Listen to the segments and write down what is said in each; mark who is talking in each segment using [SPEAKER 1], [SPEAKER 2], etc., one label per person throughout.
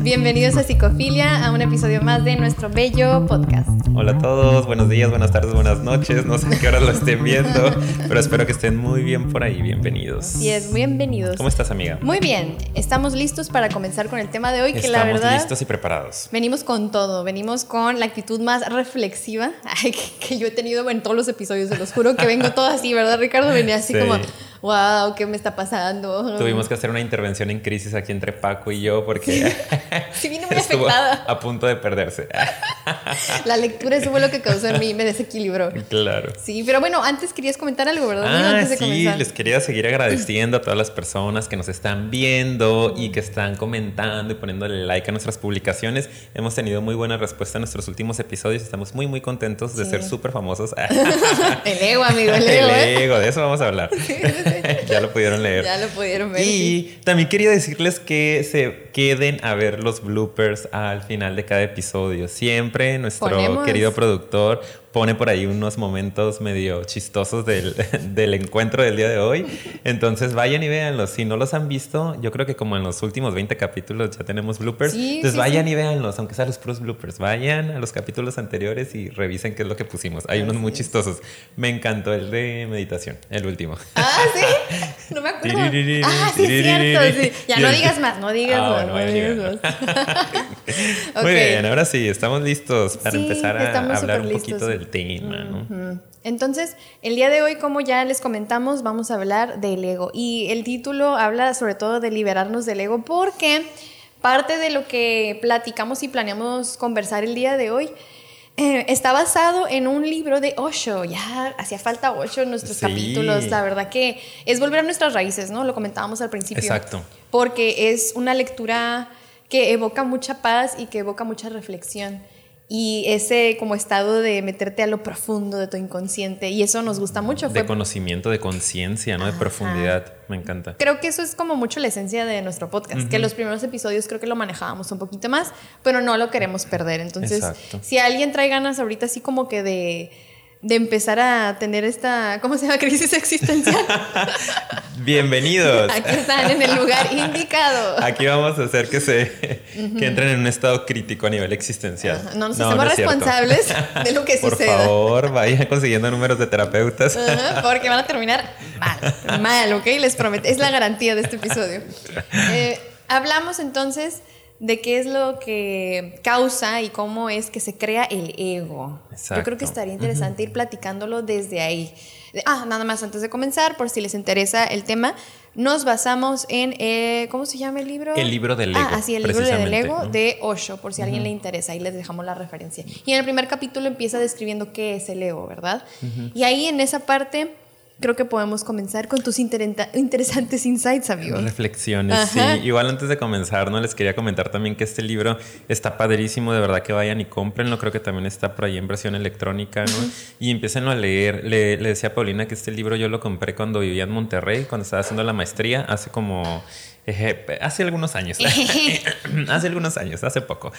[SPEAKER 1] Bienvenidos a Psicofilia, a un episodio más de nuestro bello podcast.
[SPEAKER 2] Hola a todos, buenos días, buenas tardes, buenas noches. No sé a qué hora lo estén viendo, pero espero que estén muy bien por ahí. Bienvenidos.
[SPEAKER 1] Así es, bienvenidos.
[SPEAKER 2] ¿Cómo estás, amiga?
[SPEAKER 1] Muy bien, estamos listos para comenzar con el tema de hoy, que la verdad...
[SPEAKER 2] Estamos listos y preparados.
[SPEAKER 1] Venimos con todo, venimos con la actitud más reflexiva que yo he tenido en todos los episodios, se los juro que vengo todo así, ¿verdad, Ricardo? Venía así
[SPEAKER 2] Sí.
[SPEAKER 1] como... Wow, ¿qué me está pasando?
[SPEAKER 2] Tuvimos que hacer una intervención en crisis aquí entre Paco y yo porque
[SPEAKER 1] sí, vine muy
[SPEAKER 2] estuvo
[SPEAKER 1] afectada.
[SPEAKER 2] a punto de perderse.
[SPEAKER 1] La lectura, eso fue lo que causó en mí, me desequilibró.
[SPEAKER 2] Claro.
[SPEAKER 1] Sí, pero bueno, antes querías comentar algo, ¿verdad? Antes de
[SPEAKER 2] Sí,
[SPEAKER 1] comenzar.
[SPEAKER 2] les quería seguir agradeciendo a todas las personas que nos están viendo y que están comentando y poniéndole like a nuestras publicaciones. Hemos tenido muy buena respuesta en nuestros últimos episodios. Estamos muy, muy contentos de ser súper famosos.
[SPEAKER 1] El ego, amigo, el ego.
[SPEAKER 2] El ego, de eso vamos a hablar. Ya lo pudieron leer.
[SPEAKER 1] Ya lo pudieron ver.
[SPEAKER 2] Y también quería decirles que se queden a ver los bloopers al final de cada episodio. Siempre nuestro querido productor pone por ahí unos momentos medio chistosos del encuentro del día de hoy. Entonces vayan y véanlos. Si no los han visto, yo creo que como en los últimos 20 capítulos ya tenemos bloopers. Entonces vayan y véanlos, aunque sean los puros bloopers. Vayan a los capítulos anteriores y revisen qué es lo que pusimos. Hay unos muy chistosos. Me encantó el de meditación, el último.
[SPEAKER 1] Ah, ¿sí? No me acuerdo. Ah, sí, es cierto. Sí. Ya no digas más, no digas más.
[SPEAKER 2] Bueno, no digas más. Muy bien, ahora sí, estamos listos para empezar a hablar un poquito del tema, ¿no?
[SPEAKER 1] Entonces, el día de hoy, como ya les comentamos, vamos a hablar del ego. Y el título habla sobre todo de liberarnos del ego, porque parte de lo que platicamos y planeamos conversar el día de hoy está basado en un libro de Osho. Ya hacía falta Osho en nuestros capítulos. La verdad que es volver a nuestras raíces, ¿no? Lo comentábamos al principio.
[SPEAKER 2] Exacto.
[SPEAKER 1] Porque es una lectura que evoca mucha paz y que evoca mucha reflexión. Y ese como estado de meterte a lo profundo de tu inconsciente. Y eso nos gusta mucho.
[SPEAKER 2] De conocimiento, de conciencia, ¿no? De profundidad. Me encanta.
[SPEAKER 1] Creo que eso es como mucho la esencia de nuestro podcast. Que los primeros episodios creo que lo manejábamos un poquito más, pero no lo queremos perder. Entonces, si alguien trae ganas ahorita así como que de empezar a tener esta, ¿cómo se llama? Crisis existencial.
[SPEAKER 2] Bienvenidos.
[SPEAKER 1] Aquí están en el lugar indicado.
[SPEAKER 2] Aquí vamos a hacer que entren en un estado crítico a nivel existencial.
[SPEAKER 1] No nos hacemos responsables de lo que suceda.
[SPEAKER 2] Por favor, vayan consiguiendo números de terapeutas.
[SPEAKER 1] Porque van a terminar mal, ¿ok? Les prometo. Es la garantía de este episodio. Hablamos entonces de qué es lo que causa y cómo es que se crea el ego. Exacto. Yo creo que estaría interesante ir platicándolo desde ahí. Nada más antes de comenzar, por si les interesa el tema, nos basamos en, ¿cómo se llama el libro?
[SPEAKER 2] El libro del ego.
[SPEAKER 1] Sí, el libro del ego de Osho, por si a alguien le interesa, ahí les dejamos la referencia. Y en el primer capítulo empieza describiendo qué es el ego, ¿verdad? Y ahí en esa parte creo que podemos comenzar con tus interesantes insights, amigos.
[SPEAKER 2] Reflexiones, sí. Igual antes de comenzar, ¿no? Les quería comentar también que este libro está padrísimo, de verdad que vayan y cómprenlo. Creo que también está por ahí en versión electrónica, ¿no? Y empiecenlo a leer. Le decía a Paulina que este libro yo lo compré cuando vivía en Monterrey, cuando estaba haciendo la maestría, hace algunos años. Hace poco.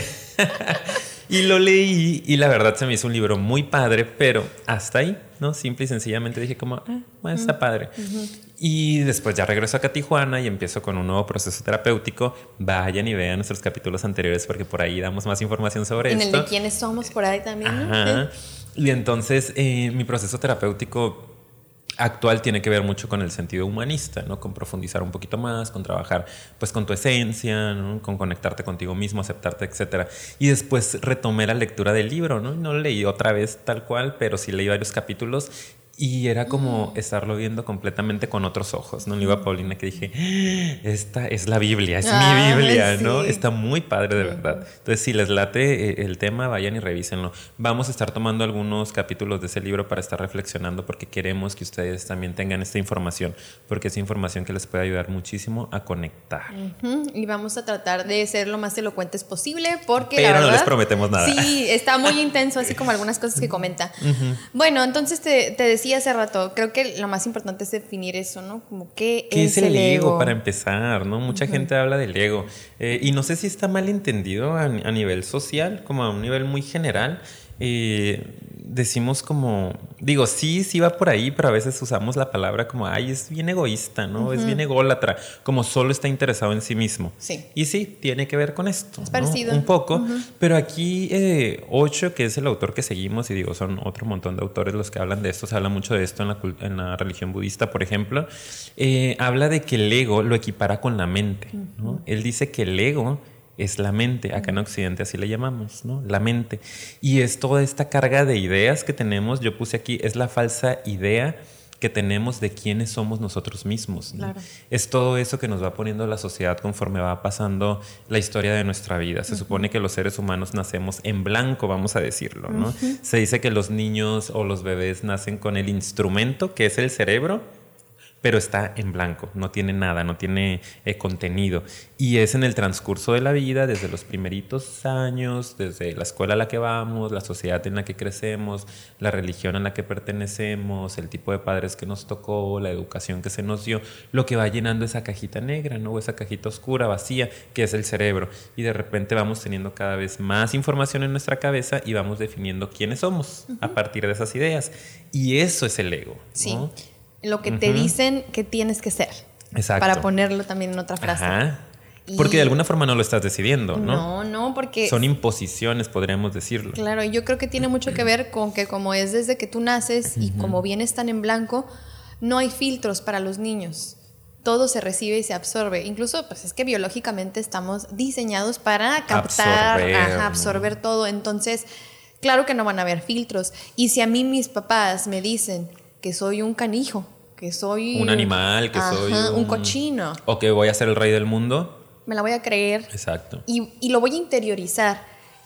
[SPEAKER 2] Y lo leí y la verdad se me hizo un libro muy padre, pero hasta ahí, ¿no? Simple y sencillamente dije como, bueno, está padre. Y después ya regreso acá a Tijuana y empiezo con un nuevo proceso terapéutico. Vayan y vean nuestros capítulos anteriores porque por ahí damos más información sobre esto.
[SPEAKER 1] En el de quiénes somos por ahí también, ¿no?
[SPEAKER 2] Y entonces mi proceso terapéutico actual tiene que ver mucho con el sentido humanista, ¿no? Con profundizar un poquito más, con trabajar pues con tu esencia, ¿no? Con conectarte contigo mismo, aceptarte, etcétera. Y después retomé la lectura del libro, ¿no? No lo leí otra vez tal cual, pero sí leí varios capítulos. Y era como estarlo viendo completamente con otros ojos, ¿no? Le iba a Paulina que dije, esta es la Biblia, es mi Biblia, ¿no? Está muy padre, de verdad. Entonces, si les late el tema, vayan y revísenlo. Vamos a estar tomando algunos capítulos de ese libro para estar reflexionando porque queremos que ustedes también tengan esta información, porque es información que les puede ayudar muchísimo a conectar.
[SPEAKER 1] Y vamos a tratar de ser lo más elocuentes posible porque
[SPEAKER 2] pero
[SPEAKER 1] la verdad,
[SPEAKER 2] no les prometemos nada.
[SPEAKER 1] Sí, está muy intenso, así como algunas cosas que comenta. Bueno, entonces te decía hace rato, creo que lo más importante es definir eso, ¿no? Como qué es el ego
[SPEAKER 2] para empezar, ¿no? Mucha gente habla del ego y no sé si está mal entendido a nivel social, como a un nivel muy general. decimos como, digo, sí va por ahí, pero a veces usamos la palabra como, ay, es bien egoísta, ¿no? Es bien ególatra, como solo está interesado en sí mismo.
[SPEAKER 1] Sí.
[SPEAKER 2] Y sí, tiene que ver con esto,
[SPEAKER 1] Es
[SPEAKER 2] ¿no?
[SPEAKER 1] parecido.
[SPEAKER 2] Un poco, pero aquí Osho, que es el autor que seguimos, y digo, son otro montón de autores los que hablan de esto, se habla mucho de esto en la religión budista, por ejemplo, habla de que el ego lo equipara con la mente, ¿no? Él dice que el ego es la mente, acá en Occidente así le llamamos, ¿no? La mente. Y es toda esta carga de ideas que tenemos, yo puse aquí, es la falsa idea que tenemos de quiénes somos nosotros mismos, ¿no?
[SPEAKER 1] Claro.
[SPEAKER 2] Es todo eso que nos va poniendo la sociedad conforme va pasando la historia de nuestra vida. Se supone que los seres humanos nacemos en blanco, vamos a decirlo, ¿no? Se dice que los niños o los bebés nacen con el instrumento, que es el cerebro, pero está en blanco, no tiene nada, no tiene contenido. Y es en el transcurso de la vida, desde los primeritos años, desde la escuela a la que vamos, la sociedad en la que crecemos, la religión a la que pertenecemos, el tipo de padres que nos tocó, la educación que se nos dio, lo que va llenando esa cajita negra, ¿no? O esa cajita oscura, vacía, que es el cerebro. Y de repente vamos teniendo cada vez más información en nuestra cabeza y vamos definiendo quiénes somos a partir de esas ideas. Y eso es el ego,
[SPEAKER 1] Sí.
[SPEAKER 2] ¿no?
[SPEAKER 1] Lo que te dicen que tienes que ser.
[SPEAKER 2] Exacto.
[SPEAKER 1] Para ponerlo también en otra frase.
[SPEAKER 2] Ajá. Porque de alguna forma no lo estás decidiendo, ¿no?
[SPEAKER 1] No, porque...
[SPEAKER 2] Son imposiciones, podríamos decirlo.
[SPEAKER 1] Claro, yo creo que tiene mucho que ver con que como es desde que tú naces y como vienes tan en blanco, no hay filtros para los niños. Todo se recibe y se absorbe. Incluso, pues es que biológicamente estamos diseñados para captar, absorber todo. Entonces, claro que no van a haber filtros. Y si a mí mis papás me dicen que soy un canijo, que soy
[SPEAKER 2] un animal, que soy
[SPEAKER 1] un cochino,
[SPEAKER 2] o que voy a ser el rey del mundo,
[SPEAKER 1] me la voy a creer.
[SPEAKER 2] Exacto.
[SPEAKER 1] Y lo voy a interiorizar.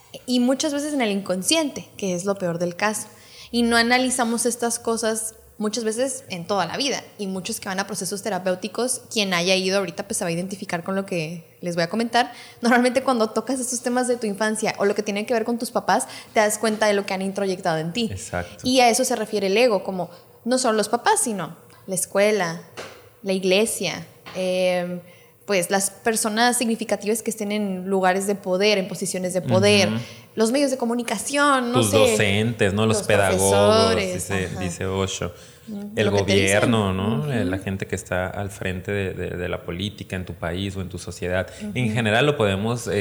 [SPEAKER 1] Y muchas veces en el inconsciente, que es lo peor del caso. Y no analizamos estas cosas muchas veces en toda la vida. Y muchos que van a procesos terapéuticos, quien haya ido ahorita pues se va a identificar con lo que les voy a comentar. Normalmente cuando tocas estos temas de tu infancia o lo que tiene que ver con tus papás, te das cuenta de lo que han introyectado en ti.
[SPEAKER 2] Exacto.
[SPEAKER 1] Y a eso se refiere el ego, como no solo los papás, sino la escuela, la iglesia, pues las personas significativas que estén en lugares de poder, en posiciones de poder, los medios de comunicación, no
[SPEAKER 2] tus
[SPEAKER 1] sé.
[SPEAKER 2] Docentes, ¿no? Los pedagogos, dice Osho. El gobierno, ¿no? La gente que está al frente de la política en tu país o en tu sociedad. En general lo podemos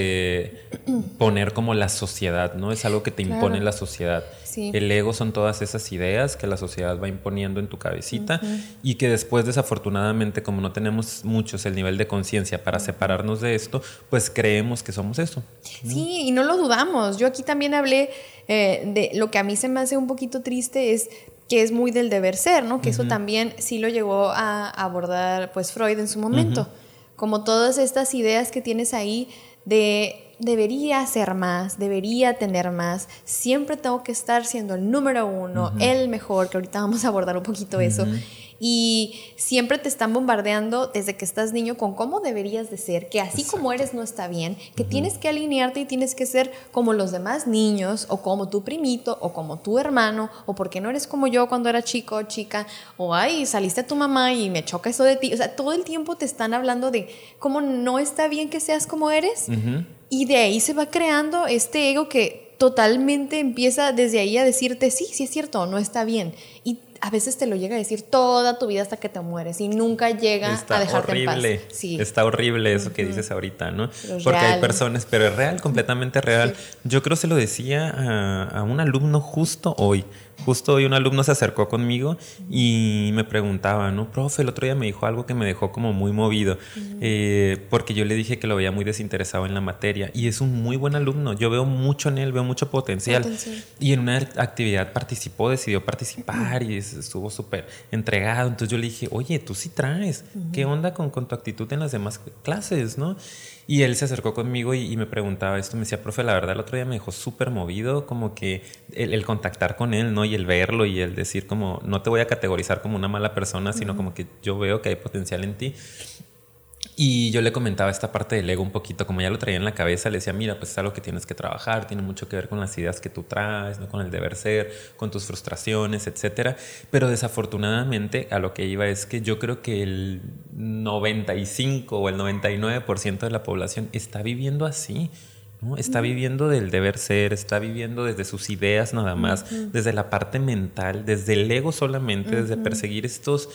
[SPEAKER 2] poner como la sociedad, ¿no? Es algo que te impone la sociedad.
[SPEAKER 1] Sí.
[SPEAKER 2] El ego son todas esas ideas que la sociedad va imponiendo en tu cabecita y que después, desafortunadamente, como no tenemos muchos el nivel de conciencia para separarnos de esto, pues creemos que somos eso.
[SPEAKER 1] Sí, y no lo dudamos. Yo aquí también hablé de lo que a mí se me hace un poquito triste es que es muy del deber ser, ¿no? Que eso también sí lo llegó a abordar pues Freud en su momento. Como todas estas ideas que tienes ahí de debería ser más, debería tener más, siempre tengo que estar siendo el número uno, el mejor, que ahorita vamos a abordar un poquito eso. Y siempre te están bombardeando desde que estás niño con cómo deberías de ser, que así como eres no está bien, que tienes que alinearte y tienes que ser como los demás niños, o como tu primito, o como tu hermano, o porque no eres como yo cuando era chico o chica, o ay, saliste a tu mamá y me choca eso de ti. O sea, todo el tiempo te están hablando de cómo no está bien que seas como eres, y de ahí se va creando este ego que totalmente empieza desde ahí a decirte sí es cierto, no está bien. Y a veces te lo llega a decir toda tu vida hasta que te mueres y nunca llega a dejarte
[SPEAKER 2] horrible,
[SPEAKER 1] en paz. Sí.
[SPEAKER 2] Está horrible eso que dices ahorita, ¿no?
[SPEAKER 1] Pero
[SPEAKER 2] porque
[SPEAKER 1] real.
[SPEAKER 2] Hay personas, pero es real, completamente real. Sí. Yo creo se lo decía a un alumno justo hoy. Justo hoy un alumno se acercó conmigo y me preguntaba, ¿no? Profe, el otro día me dijo algo que me dejó como muy movido, porque yo le dije que lo veía muy desinteresado en la materia y es un muy buen alumno. Yo veo mucho en él, veo mucho potencial. Y en una actividad participó, decidió participar y estuvo súper entregado. Entonces yo le dije, oye, tú sí traes. ¿Qué onda con tu actitud en las demás clases, no? Y él se acercó conmigo y me preguntaba esto. Me decía, profe, la verdad el otro día me dejó súper movido, como que el contactar con él, ¿no? Y el verlo y el decir como, no te voy a categorizar como una mala persona, sino como que yo veo que hay potencial en ti. Y yo le comentaba esta parte del ego un poquito, como ya lo traía en la cabeza, le decía, mira, pues es algo que tienes que trabajar, tiene mucho que ver con las ideas que tú traes, ¿no? Con el deber ser, con tus frustraciones, etcétera. Pero desafortunadamente a lo que iba es que yo creo que el 95 o el 99% de la población está viviendo así. ¿no? Está viviendo del deber ser, está viviendo desde sus ideas nada más, desde la parte mental, desde el ego solamente, desde perseguir estos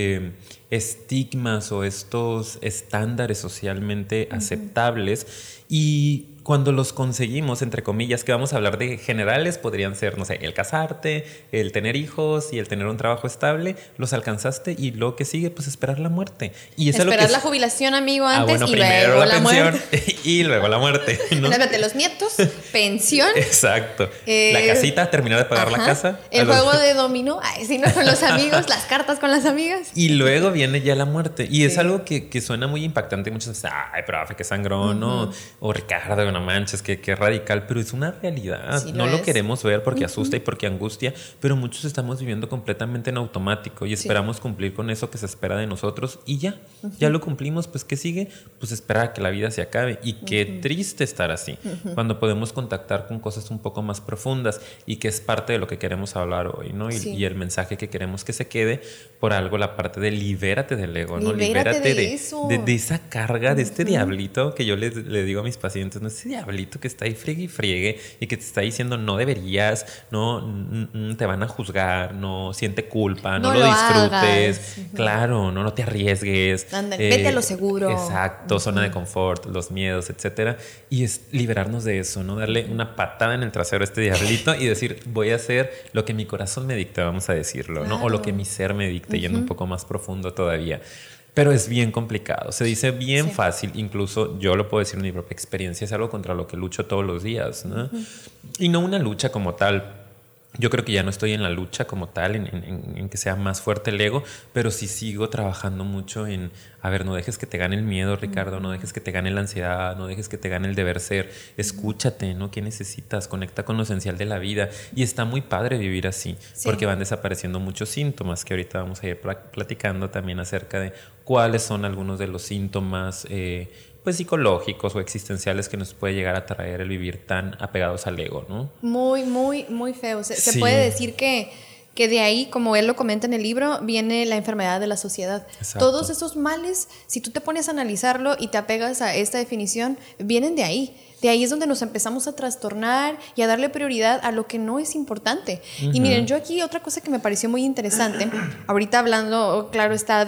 [SPEAKER 2] estigmas o estos estándares socialmente aceptables. Y cuando los conseguimos, entre comillas, que vamos a hablar de generales, podrían ser, no sé, el casarte, el tener hijos y el tener un trabajo estable, los alcanzaste y lo que sigue, pues esperar la muerte. Y eso
[SPEAKER 1] esperar
[SPEAKER 2] es lo que
[SPEAKER 1] la jubilación, amigo, antes y
[SPEAKER 2] primero
[SPEAKER 1] luego
[SPEAKER 2] la
[SPEAKER 1] la
[SPEAKER 2] pensión
[SPEAKER 1] muerte.
[SPEAKER 2] y luego la muerte, ¿no?
[SPEAKER 1] Espérate, los nietos, pensión.
[SPEAKER 2] Exacto. La casita, terminar de pagar la casa.
[SPEAKER 1] El juego de dominó, sí, no, con los amigos, las cartas con las amigas.
[SPEAKER 2] Y luego viene ya la muerte. Y es algo que suena muy impactante. Muchos dicen, ay, profe, qué sangrón, ¿no? O Ricardo, no manches, qué radical. Pero es una realidad.
[SPEAKER 1] Sí,
[SPEAKER 2] no lo queremos ver porque asusta y porque angustia, pero muchos estamos viviendo completamente en automático y esperamos cumplir con eso que se espera de nosotros y ya lo cumplimos. Pues ¿qué sigue? Pues esperar a que la vida se acabe. Y qué triste estar así cuando podemos contactar con cosas un poco más profundas y que es parte de lo que queremos hablar hoy, ¿no? Y el mensaje que queremos que se quede por algo, la parte de libérate del ego, ¿no? Libérate de esa carga, de este diablito que yo le digo a mis pacientes, ¿no? Ese diablito que está ahí friegue y friegue y que te está diciendo no deberías, no te van a juzgar, no siente culpa, no lo disfrutes, claro, no te arriesgues.
[SPEAKER 1] Vete a lo seguro.
[SPEAKER 2] Exacto, zona de confort, los miedos, etcétera. Y es liberarnos de eso, ¿no? Darle una patada en el trasero a este diablito y decir, voy a hacer lo que mi corazón me dicte, vamos a decirlo, ¿no? O lo que mi ser me dicte, yendo un poco más profundo todavía. Pero es bien complicado, se dice bien fácil, incluso yo lo puedo decir en mi propia experiencia, es algo contra lo que lucho todos los días, ¿no? Y no una lucha como tal. Yo creo que ya no estoy en la lucha como tal, en que sea más fuerte el ego, pero sí sigo trabajando mucho en, a ver, no dejes que te gane el miedo, Ricardo, no dejes que te gane la ansiedad, no dejes que te gane el deber ser, escúchate, ¿no? ¿Qué necesitas? Conecta con lo esencial de la vida. Y está muy padre vivir así, porque van desapareciendo muchos síntomas, que ahorita vamos a ir platicando también acerca de cuáles son algunos de los síntomas pues psicológicos o existenciales que nos puede llegar a traer el vivir tan apegados al ego, ¿no?
[SPEAKER 1] Muy, muy, muy feo. Se puede decir que de ahí, como él lo comenta en el libro, viene la enfermedad de la sociedad. Exacto. Todos esos males, si tú te pones a analizarlo y te apegas a esta definición, vienen de ahí. De ahí es donde nos empezamos a trastornar y a darle prioridad a lo que no es importante. Y miren, yo aquí otra cosa que me pareció muy interesante, ahorita hablando, claro está,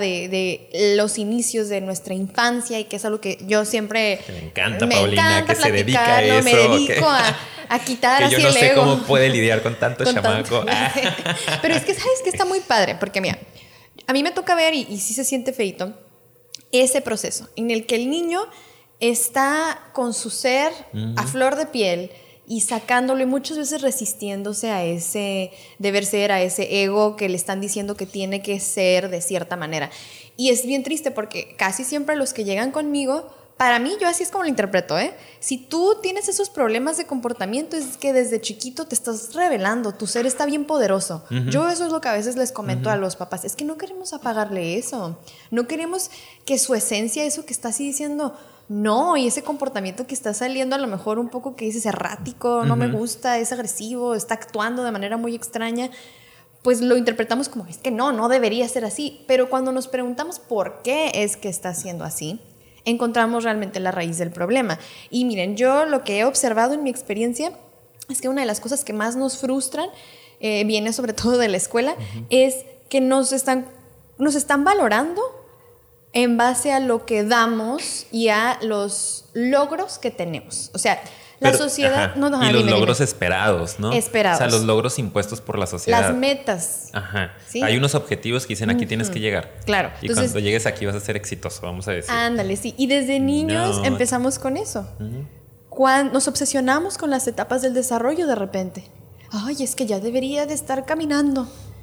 [SPEAKER 1] de los inicios de nuestra infancia y que es algo que yo siempre...
[SPEAKER 2] Me encanta, Paulina, que se dedica a eso.
[SPEAKER 1] Me dedico a quitar así el ego.
[SPEAKER 2] Que yo no sé cómo puede lidiar con tanto chamaco.
[SPEAKER 1] Pero es que, ¿sabes qué? Está muy padre, porque mira, a mí me toca ver, y sí se siente feito, ese proceso en el que el niño está con su ser a flor de piel y sacándolo y muchas veces resistiéndose a ese deber ser, a ese ego que le están diciendo que tiene que ser de cierta manera. Y es bien triste porque casi siempre los que llegan conmigo, para mí, yo así es como lo interpreto, si tú tienes esos problemas de comportamiento es que desde chiquito te estás revelando, tu ser está bien poderoso. Yo eso es lo que a veces les comento a los papás, es que no queremos apagarle eso, no queremos que su esencia, eso que está así diciendo... No, y ese comportamiento que está saliendo a lo mejor un poco que dices errático, no me gusta, es agresivo, está actuando de manera muy extraña, pues lo interpretamos como, es que no debería ser así. Pero cuando nos preguntamos por qué es que está siendo así, encontramos realmente la raíz del problema. Y miren, yo lo que he observado en mi experiencia es que una de las cosas que más nos frustran, viene sobre todo de la escuela, es que nos están valorando en base a lo que damos y a los logros que tenemos. O sea, la sociedad...
[SPEAKER 2] y los logros esperados, ¿no?
[SPEAKER 1] Esperados.
[SPEAKER 2] O sea, los logros impuestos por la sociedad.
[SPEAKER 1] Las metas.
[SPEAKER 2] ¿Sí? Hay unos objetivos que dicen, aquí tienes que llegar.
[SPEAKER 1] Claro.
[SPEAKER 2] Y entonces, cuando llegues aquí vas a ser exitoso, vamos a decir.
[SPEAKER 1] Ándale, sí. Y desde niños empezamos con eso. Cuando nos obsesionamos con las etapas del desarrollo de repente. Ay, es que ya debería de estar caminando.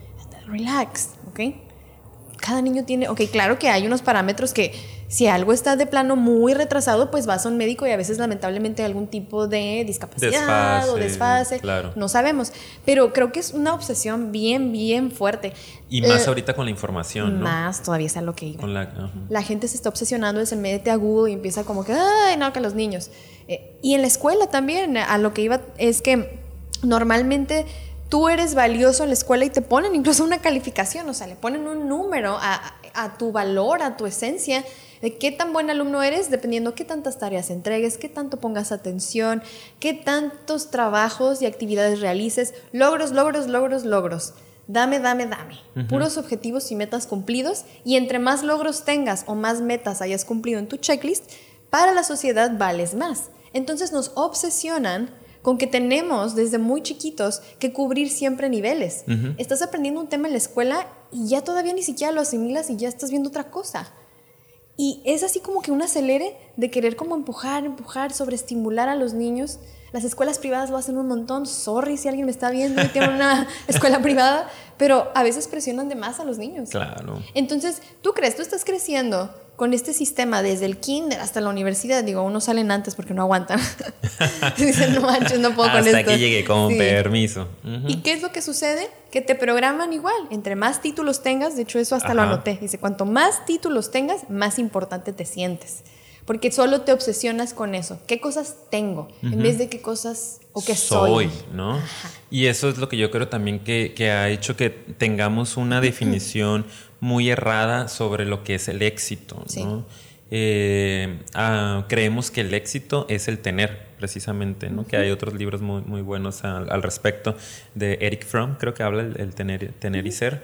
[SPEAKER 1] Relax, ¿ok? Cada niño tiene... Ok, claro que hay unos parámetros que si algo está de plano muy retrasado, pues vas a un médico y a veces lamentablemente hay algún tipo de discapacidad o desfase.
[SPEAKER 2] Claro.
[SPEAKER 1] No sabemos. Pero creo que es una obsesión bien, bien fuerte.
[SPEAKER 2] Y más ahorita con la información, ¿no?
[SPEAKER 1] Más, todavía es a lo que iba. La gente se está obsesionando, se mete a Google y empieza como que, ay, no, que los niños. Y en la escuela también, a lo que iba es que normalmente... Tú eres valioso en la escuela y te ponen incluso una calificación, o sea, le ponen un número a tu valor, a tu esencia, de qué tan buen alumno eres, dependiendo qué tantas tareas entregues, qué tanto pongas atención, qué tantos trabajos y actividades realices, logros. Dame. Puros objetivos y metas cumplidos, y entre más logros tengas o más metas hayas cumplido en tu checklist, para la sociedad vales más. Entonces nos obsesionan con que tenemos desde muy chiquitos que cubrir siempre niveles. Estás aprendiendo un tema en la escuela y ya todavía ni siquiera lo asimilas y ya estás viendo otra cosa. Y es así como que un acelere de querer como empujar, sobreestimular a los niños. Las escuelas privadas lo hacen un montón. Sorry si alguien me está viendo y tiene una escuela privada, pero a veces presionan de más a los niños.
[SPEAKER 2] Claro.
[SPEAKER 1] Entonces, tú estás creciendo con este sistema desde el kinder hasta la universidad. Digo, unos salen antes porque no aguantan. Dicen, no manches, no puedo con esto.
[SPEAKER 2] Hasta aquí llegué, con permiso.
[SPEAKER 1] ¿Y qué es lo que sucede? Que te programan igual. Entre más títulos tengas, de hecho eso hasta lo anoté. Dice, cuanto más títulos tengas, más importante te sientes. Porque solo te obsesionas con eso. ¿Qué cosas tengo? En vez de qué cosas o qué soy.
[SPEAKER 2] ¿no? Y eso es lo que yo creo también que ha hecho que tengamos una definición muy errada sobre lo que es el éxito, ¿no? Creemos que el éxito es el tener, precisamente, ¿no? Que hay otros libros muy buenos al respecto, de Eric Fromm, creo que habla el tener y ser.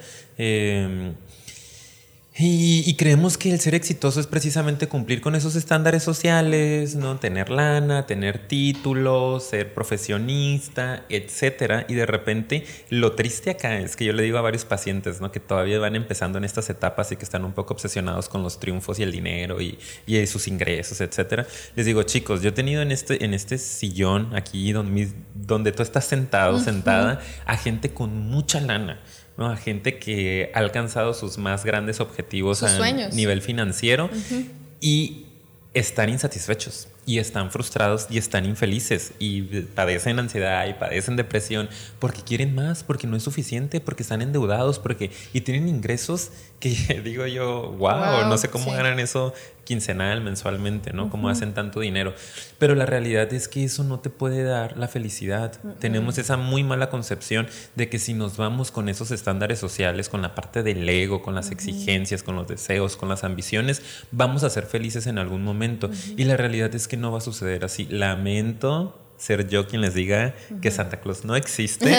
[SPEAKER 2] Y creemos que el ser exitoso es precisamente cumplir con esos estándares sociales, ¿no? Tener lana, tener títulos, ser profesionista, etcétera. Y de repente, lo triste acá es que yo le digo a varios pacientes, ¿no? Que todavía van empezando en estas etapas y que están un poco obsesionados con los triunfos y el dinero y sus ingresos, etcétera. Les digo, chicos, yo he tenido en este sillón aquí donde tú estás sentado, sentada, a gente con mucha lana, ¿no? A gente que ha alcanzado sus más grandes objetivos a nivel financiero y están insatisfechos y están frustrados y están infelices y padecen ansiedad y padecen depresión porque quieren más, porque no es suficiente, porque están endeudados, y tienen ingresos que digo yo, wow, no sé cómo ganan eso quincenal, mensualmente, ¿no? Cómo hacen tanto dinero. Pero la realidad es que eso no te puede dar la felicidad. Tenemos esa muy mala concepción de que si nos vamos con esos estándares sociales, con la parte del ego, con las exigencias, con los deseos, con las ambiciones, vamos a ser felices en algún momento. Y la realidad es que no va a suceder así. Lamento ser yo quien les diga que Santa Claus no existe.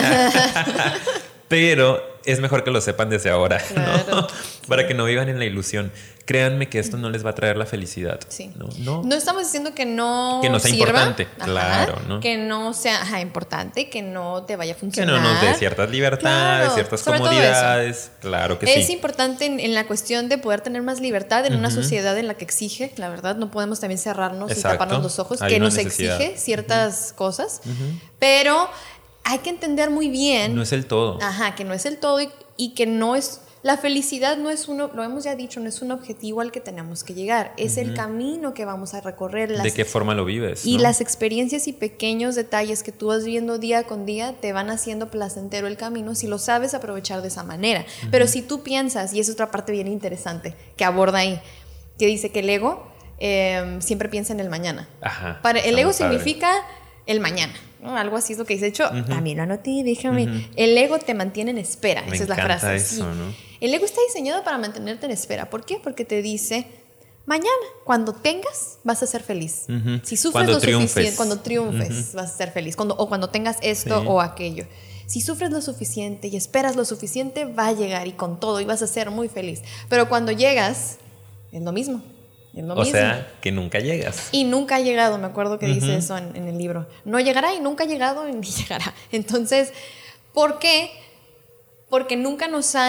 [SPEAKER 2] Pero es mejor que lo sepan desde ahora, claro, ¿no? Para que no vivan en la ilusión. Créanme que esto no les va a traer la felicidad.
[SPEAKER 1] Sí. No estamos diciendo que no sea sirva,
[SPEAKER 2] importante, claro, ¿no?
[SPEAKER 1] Que no sea importante, que no te vaya a funcionar.
[SPEAKER 2] Que no nos dé ciertas libertades, claro, ciertas comodidades. Claro que sí.
[SPEAKER 1] Es importante en la cuestión de poder tener más libertad en una sociedad en la que exige, la verdad, no podemos también cerrarnos y taparnos los ojos, que nos exige ciertas cosas, pero hay que entender muy bien.
[SPEAKER 2] No es el todo.
[SPEAKER 1] Que no es el todo y que no es. La felicidad no es lo hemos ya dicho, no es un objetivo al que tenemos que llegar. Es el camino que vamos a recorrer.
[SPEAKER 2] ¿De qué forma lo vives?
[SPEAKER 1] Y las experiencias y pequeños detalles que tú vas viendo día con día te van haciendo placentero el camino si lo sabes aprovechar de esa manera. Pero si tú piensas, y es otra parte bien interesante que aborda ahí, que dice que el ego siempre piensa en el mañana. El ego significa el mañana, ¿no? Algo así es lo que dice. De hecho, también lo anoté, déjame. El ego te mantiene en espera. Esa es la frase.
[SPEAKER 2] Eso, ¿no?
[SPEAKER 1] El ego está diseñado para mantenerte en espera. ¿Por qué? Porque te dice, mañana, cuando tengas, vas a ser feliz. Si sufres lo suficiente, cuando triunfes, vas a ser feliz. Cuando tengas esto o aquello. Si sufres lo suficiente y esperas lo suficiente, va a llegar y con todo y vas a ser muy feliz. Pero cuando llegas, es lo mismo.
[SPEAKER 2] O sea, que nunca llegas.
[SPEAKER 1] Y nunca ha llegado, me acuerdo que dice eso en el libro. No llegará y nunca ha llegado ni llegará. Entonces, ¿por qué? Porque nunca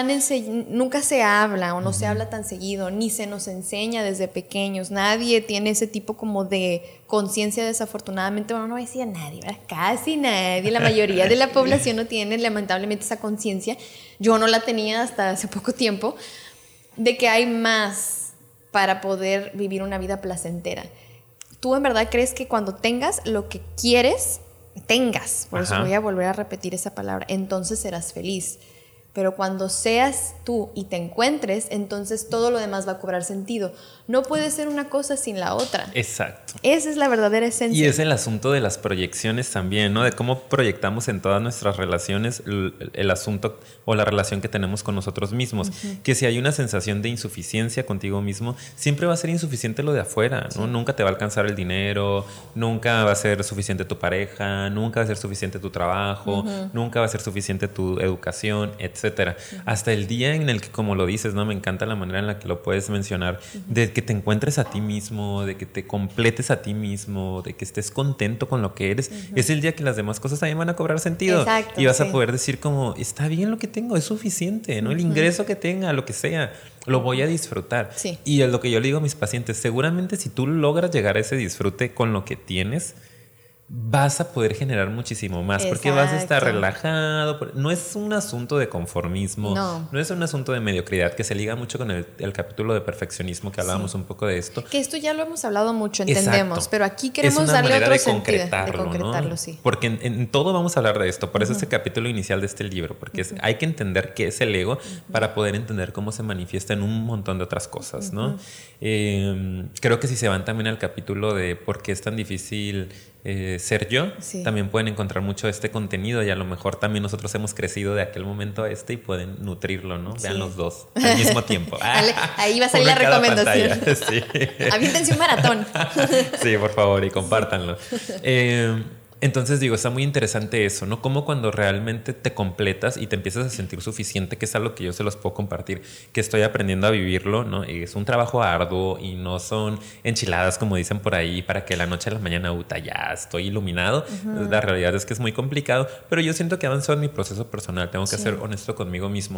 [SPEAKER 1] nunca se habla o no se habla tan seguido, ni se nos enseña desde pequeños. Nadie tiene ese tipo como de conciencia, desafortunadamente. Bueno, no voy a decir a nadie, ¿verdad? Casi nadie, la mayoría de la población no tiene lamentablemente esa conciencia. Yo no la tenía hasta hace poco tiempo, de que hay más para poder vivir una vida placentera. ¿Tú en verdad crees que cuando tengas lo que quieres, por eso voy a volver a repetir esa palabra, entonces serás feliz? Pero cuando seas tú y te encuentres, entonces todo lo demás va a cobrar sentido. No puede ser una cosa sin la otra.
[SPEAKER 2] Exacto.
[SPEAKER 1] Esa es la verdadera esencia.
[SPEAKER 2] Y es el asunto de las proyecciones también, ¿no? De cómo proyectamos en todas nuestras relaciones el asunto o la relación que tenemos con nosotros mismos. Que si hay una sensación de insuficiencia contigo mismo, siempre va a ser insuficiente lo de afuera, ¿no? Sí. Nunca te va a alcanzar el dinero, nunca va a ser suficiente tu pareja, nunca va a ser suficiente tu trabajo, nunca va a ser suficiente tu educación, etcétera. Hasta el día en el que, como lo dices, ¿no? Me encanta la manera en la que lo puedes mencionar, de que te encuentres a ti mismo, de que te completes a ti mismo, de que estés contento con lo que eres. Es el día que las demás cosas también van a cobrar sentido.
[SPEAKER 1] Exacto,
[SPEAKER 2] y vas a poder decir como, está bien lo que tengo, es suficiente, ¿no? El ingreso que tenga, lo que sea, lo voy a disfrutar.
[SPEAKER 1] Sí.
[SPEAKER 2] Y es lo que yo le digo a mis pacientes, seguramente si tú logras llegar a ese disfrute con lo que tienes, vas a poder generar muchísimo más. Exacto. Porque vas a estar relajado. No es un asunto de conformismo, no es un asunto de mediocridad, que se liga mucho con el capítulo de perfeccionismo que hablábamos un poco de esto.
[SPEAKER 1] Que esto ya lo hemos hablado mucho, entendemos. Exacto. Pero aquí queremos
[SPEAKER 2] darle
[SPEAKER 1] otro
[SPEAKER 2] de
[SPEAKER 1] sentido.
[SPEAKER 2] De concretarlo, ¿no? Sí. Porque en todo vamos a hablar de esto. Por eso es el capítulo inicial de este libro. Porque hay que entender qué es el ego para poder entender cómo se manifiesta en un montón de otras cosas, ¿no? Creo que si se van también al capítulo de por qué es tan difícil ser yo, también pueden encontrar mucho de este contenido, y a lo mejor también nosotros hemos crecido de aquel momento a este y pueden nutrirlo, ¿no? Vean los dos al mismo tiempo.
[SPEAKER 1] Ahí va a salir la recomendación.
[SPEAKER 2] Sí.
[SPEAKER 1] Avíntense un maratón.
[SPEAKER 2] Sí, por favor, y compártanlo. Entonces digo, está muy interesante eso, ¿no? Como cuando realmente te completas y te empiezas a sentir suficiente, que es algo que yo se los puedo compartir, que estoy aprendiendo a vivirlo, ¿no? Y es un trabajo arduo y no son enchiladas, como dicen por ahí, para que la noche a la mañana, ya estoy iluminado. La realidad es que es muy complicado, pero yo siento que avanzo en mi proceso personal. Tengo que ser honesto conmigo mismo.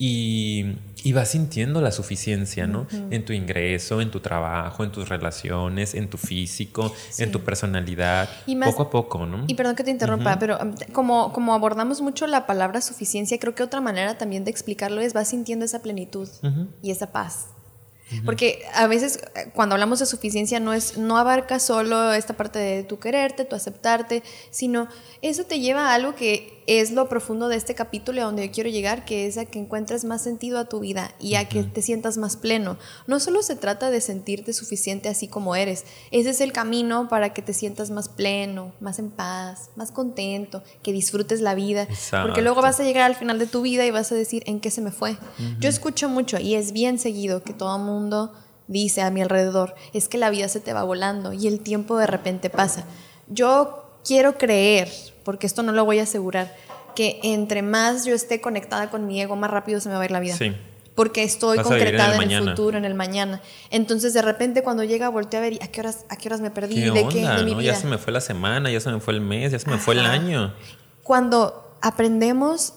[SPEAKER 2] Y vas sintiendo la suficiencia, ¿no? En tu ingreso, en tu trabajo, en tus relaciones, en tu físico, en tu personalidad, y más, poco a poco, ¿no?
[SPEAKER 1] Y perdón que te interrumpa, pero como abordamos mucho la palabra suficiencia, creo que otra manera también de explicarlo es vas sintiendo esa plenitud y esa paz. Porque a veces cuando hablamos de suficiencia no abarca solo esta parte de tu quererte, tu aceptarte, sino eso te lleva a algo que es lo profundo de este capítulo, a donde yo quiero llegar, que es a que encuentres más sentido a tu vida y a que te sientas más pleno. No solo se trata de sentirte suficiente así como eres, ese es el camino para que te sientas más pleno, más en paz, más contento, que disfrutes la vida. Exacto. Porque luego vas a llegar al final de tu vida y vas a decir, ¿en qué se me fue? Yo escucho mucho, y es bien seguido, que todo el mundo dice a mi alrededor, es que la vida se te va volando y el tiempo de repente pasa. Yo quiero creer, porque esto no lo voy a asegurar, que entre más yo esté conectada con mi ego, más rápido se me va a ir la vida. Sí. Porque estoy concretada en el futuro, en el mañana. Entonces, de repente, cuando llega, volteo a ver, ¿a qué horas me perdí?
[SPEAKER 2] ¿Qué onda,
[SPEAKER 1] de mi vida?
[SPEAKER 2] Ya se me fue la semana, ya se me fue el mes, ya se me fue el año.
[SPEAKER 1] Cuando aprendemos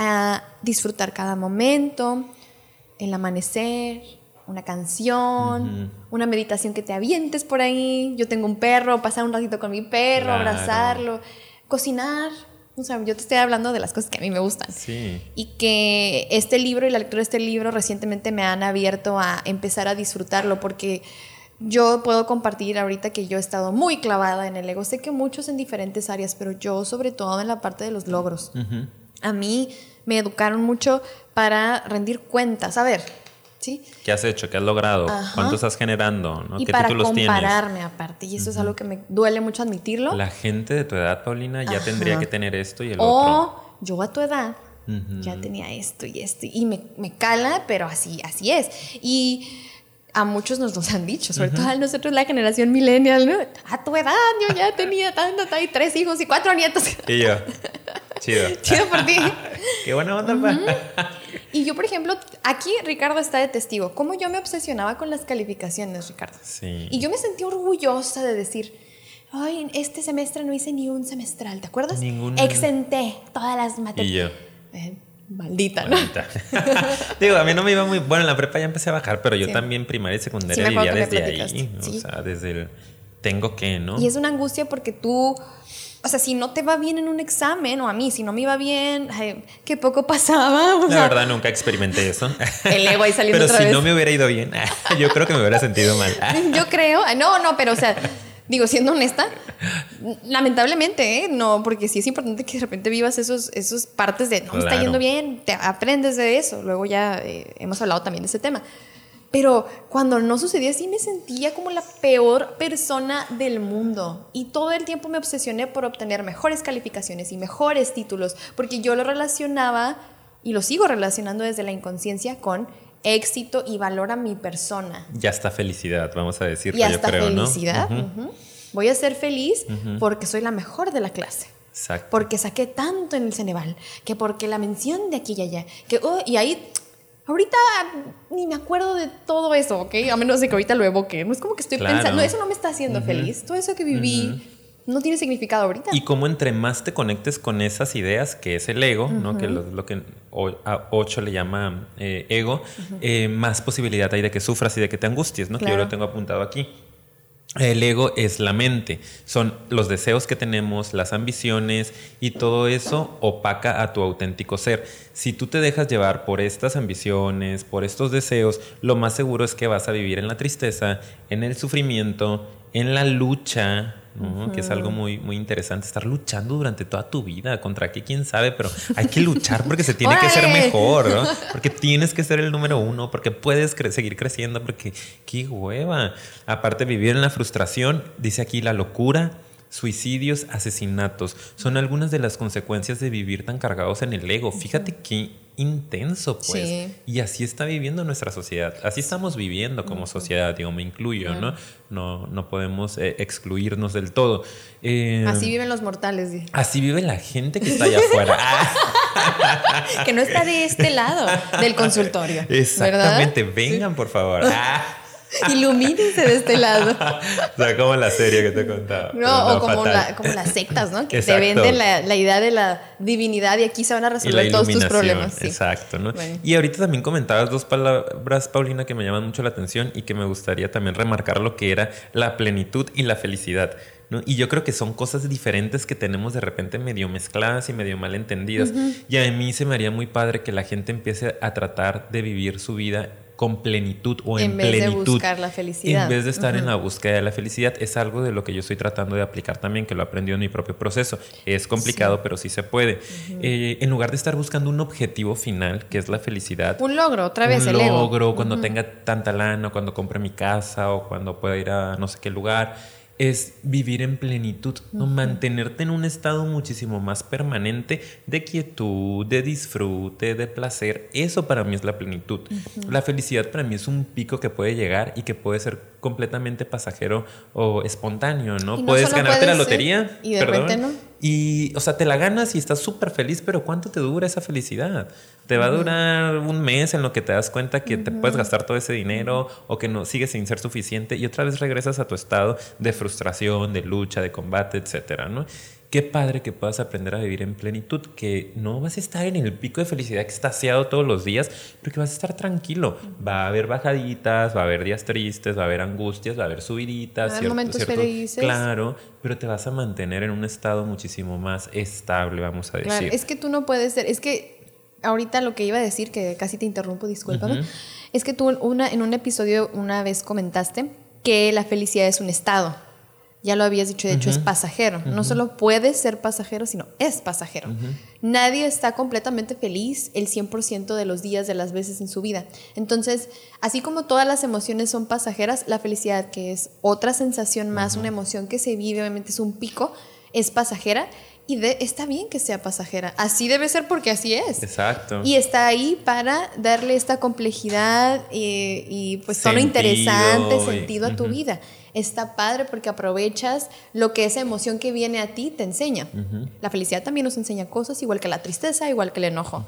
[SPEAKER 1] a disfrutar cada momento, el amanecer, una canción, una meditación que te avientes por ahí. Yo tengo un perro, pasar un ratito con mi perro, abrazarlo, cocinar. O sea, yo te estoy hablando de las cosas que a mí me gustan.
[SPEAKER 2] Sí.
[SPEAKER 1] Y que este libro y la lectura de este libro recientemente me han abierto a empezar a disfrutarlo, porque yo puedo compartir ahorita que yo he estado muy clavada en el ego. Sé que muchos en diferentes áreas, pero yo sobre todo en la parte de los logros. A mí me educaron mucho para rendir cuentas. A ver, ¿sí?
[SPEAKER 2] ¿Qué has hecho? ¿Qué has logrado? ¿Cuánto estás generando? ¿No?
[SPEAKER 1] Y
[SPEAKER 2] ¿Qué
[SPEAKER 1] para
[SPEAKER 2] títulos tienes?
[SPEAKER 1] compararme aparte. Y eso es algo que me duele mucho admitirlo.
[SPEAKER 2] La gente de tu edad, Paulina, ya tendría que tener esto y el
[SPEAKER 1] otro.
[SPEAKER 2] O
[SPEAKER 1] yo a tu edad ya tenía esto y esto. Y me cala, pero así es. Y a muchos nos los han dicho, sobre todo a nosotros, la generación millennial, ¿no? A tu edad yo ya tenía tanto, 3 hijos y 4 nietos.
[SPEAKER 2] Y yo, chido.
[SPEAKER 1] Chido por ti.
[SPEAKER 2] Qué buena onda,
[SPEAKER 1] Y yo, por ejemplo, aquí Ricardo está de testigo. Cómo yo me obsesionaba con las calificaciones, Ricardo.
[SPEAKER 2] Sí.
[SPEAKER 1] Y yo me sentí orgullosa de decir, ay, este semestre no hice ni un semestral, ¿te acuerdas?
[SPEAKER 2] Ninguno.
[SPEAKER 1] Exenté todas las materias.
[SPEAKER 2] Y yo.
[SPEAKER 1] Maldita, ¿no?
[SPEAKER 2] Digo, a mí no me iba muy... Bueno, en la prepa ya empecé a bajar, pero yo también primaria y secundaria vivía desde ahí. O sea, desde el tengo que, ¿no?
[SPEAKER 1] Y es una angustia porque tú... O sea, si no te va bien en un examen, o a mí, si no me iba bien, ay, qué poco pasaba.
[SPEAKER 2] La verdad, nunca experimenté eso.
[SPEAKER 1] El ego ahí saliendo
[SPEAKER 2] pero
[SPEAKER 1] otra vez.
[SPEAKER 2] Pero si no me hubiera ido bien, yo creo que me hubiera sentido mal.
[SPEAKER 1] Yo creo... No, pero o sea... Digo, siendo honesta, lamentablemente, no, porque sí es importante que de repente vivas esos partes de no me está yendo bien, te aprendes de eso. Luego ya hemos hablado también de ese tema. Pero cuando no sucedía así me sentía como la peor persona del mundo. Y todo el tiempo me obsesioné por obtener mejores calificaciones y mejores títulos, porque yo lo relacionaba, y lo sigo relacionando desde la inconsciencia, con éxito y valor a mi persona.
[SPEAKER 2] Y hasta felicidad, vamos a decir.
[SPEAKER 1] Y hasta felicidad. ¿No? Voy a ser feliz porque soy la mejor de la clase.
[SPEAKER 2] Exacto.
[SPEAKER 1] Porque saqué tanto en el Ceneval, que porque la mención de aquí y allá, que, y ahí... Ahorita ni me acuerdo de todo eso, ¿ok? A menos de que ahorita lo evoque. No es como que estoy pensando, eso no me está haciendo feliz. Todo eso que viví no tiene significado ahorita.
[SPEAKER 2] Y como entre más te conectes con esas ideas, que es el ego, ¿no? Que lo que a Osho le llama ego, más posibilidad hay de que sufras y de que te angusties, ¿no? Claro. Que yo lo tengo apuntado aquí. El ego es la mente, son los deseos que tenemos, las ambiciones, y todo eso opaca a tu auténtico ser. Si tú te dejas llevar por estas ambiciones, por estos deseos, lo más seguro es que vas a vivir en la tristeza, en el sufrimiento, en la lucha, ¿no? Que es algo muy, muy interesante, estar luchando durante toda tu vida. ¿Contra qué? ¿Quién sabe? Pero hay que luchar porque se tiene que ser mejor, ¿no? Porque tienes que ser el número uno, porque puedes seguir creciendo, porque qué hueva. Aparte, vivir en la frustración, dice aquí la locura, suicidios, asesinatos, son algunas de las consecuencias de vivir tan cargados en el ego. Fíjate qué intenso, pues. Sí. Y así está viviendo nuestra sociedad. Así estamos viviendo como sociedad, digo, me incluyo, ¿no? No podemos excluirnos del todo.
[SPEAKER 1] Así viven los mortales. ¿Sí?
[SPEAKER 2] Así vive la gente que está allá afuera.
[SPEAKER 1] Que no está de este lado del consultorio.
[SPEAKER 2] Exactamente.
[SPEAKER 1] ¿Verdad?
[SPEAKER 2] Vengan, por favor.
[SPEAKER 1] Ilumínense de este lado.
[SPEAKER 2] O sea, como la serie que te contaba.
[SPEAKER 1] No, o como las sectas, ¿no? Que Exacto. Te venden la idea de la divinidad y aquí se van a resolver todos tus problemas. Sí.
[SPEAKER 2] Exacto, ¿no? Bueno. Y ahorita también comentabas dos palabras, Paulina, que me llaman mucho la atención y que me gustaría también remarcar, lo que era la plenitud y la felicidad, ¿no? Y yo creo que son cosas diferentes que tenemos de repente medio mezcladas y medio mal entendidas. Y a mí se me haría muy padre que la gente empiece a tratar de vivir su vida con plenitud o en plenitud. En vez de buscar
[SPEAKER 1] la felicidad.
[SPEAKER 2] En vez de estar en la búsqueda de la felicidad. Es algo de lo que yo estoy tratando de aplicar también, que lo aprendí en mi propio proceso. Es complicado, pero sí se puede. En lugar de estar buscando un objetivo final, que es la felicidad.
[SPEAKER 1] Un logro, otra vez el ego.
[SPEAKER 2] Un logro, cuando tenga tanta lana, cuando compre mi casa o cuando pueda ir a no sé qué lugar. Es vivir en plenitud, ¿no? Mantenerte en un estado muchísimo más permanente de quietud, de disfrute, de placer. Eso para mí es la plenitud. La felicidad para mí es un pico que puede llegar y que puede ser completamente pasajero o espontáneo, ¿no?
[SPEAKER 1] No
[SPEAKER 2] puedes ganarte la lotería,
[SPEAKER 1] y de repente no.
[SPEAKER 2] Y, o sea, te la ganas y estás súper feliz, pero ¿cuánto te dura esa felicidad? Te va a durar un mes en lo que te das cuenta que te puedes gastar todo ese dinero o que no sigues sin ser suficiente y otra vez regresas a tu estado de frustración, de lucha, de combate, etcétera, ¿no? Qué padre que puedas aprender a vivir en plenitud, que no vas a estar en el pico de felicidad que estás saciado todos los días, pero que vas a estar tranquilo. Va a haber bajaditas, va a haber días tristes, va a haber angustias, va a haber subiditas.
[SPEAKER 1] Va a haber momentos felices.
[SPEAKER 2] Claro, pero te vas a mantener en un estado muchísimo más estable, vamos a decir.
[SPEAKER 1] Claro, es que tú no puedes ser, es que ahorita lo que iba a decir, que casi te interrumpo, discúlpame, es que tú en un episodio una vez comentaste que la felicidad es un estado. Ya lo habías dicho, de hecho es pasajero. No solo puede ser pasajero, sino es pasajero. Nadie está completamente feliz el 100% de los días, de las veces en su vida. Entonces, así como todas las emociones son pasajeras, la felicidad, que es otra sensación más, una emoción que se vive, obviamente es un pico, es pasajera. Y está bien que sea pasajera. Así debe ser porque así es.
[SPEAKER 2] Exacto.
[SPEAKER 1] Y está ahí para darle esta complejidad y pues tono interesante, sentido a tu vida. Está padre porque aprovechas lo que esa emoción que viene a ti te enseña. La felicidad también nos enseña cosas, igual que la tristeza, igual que el enojo.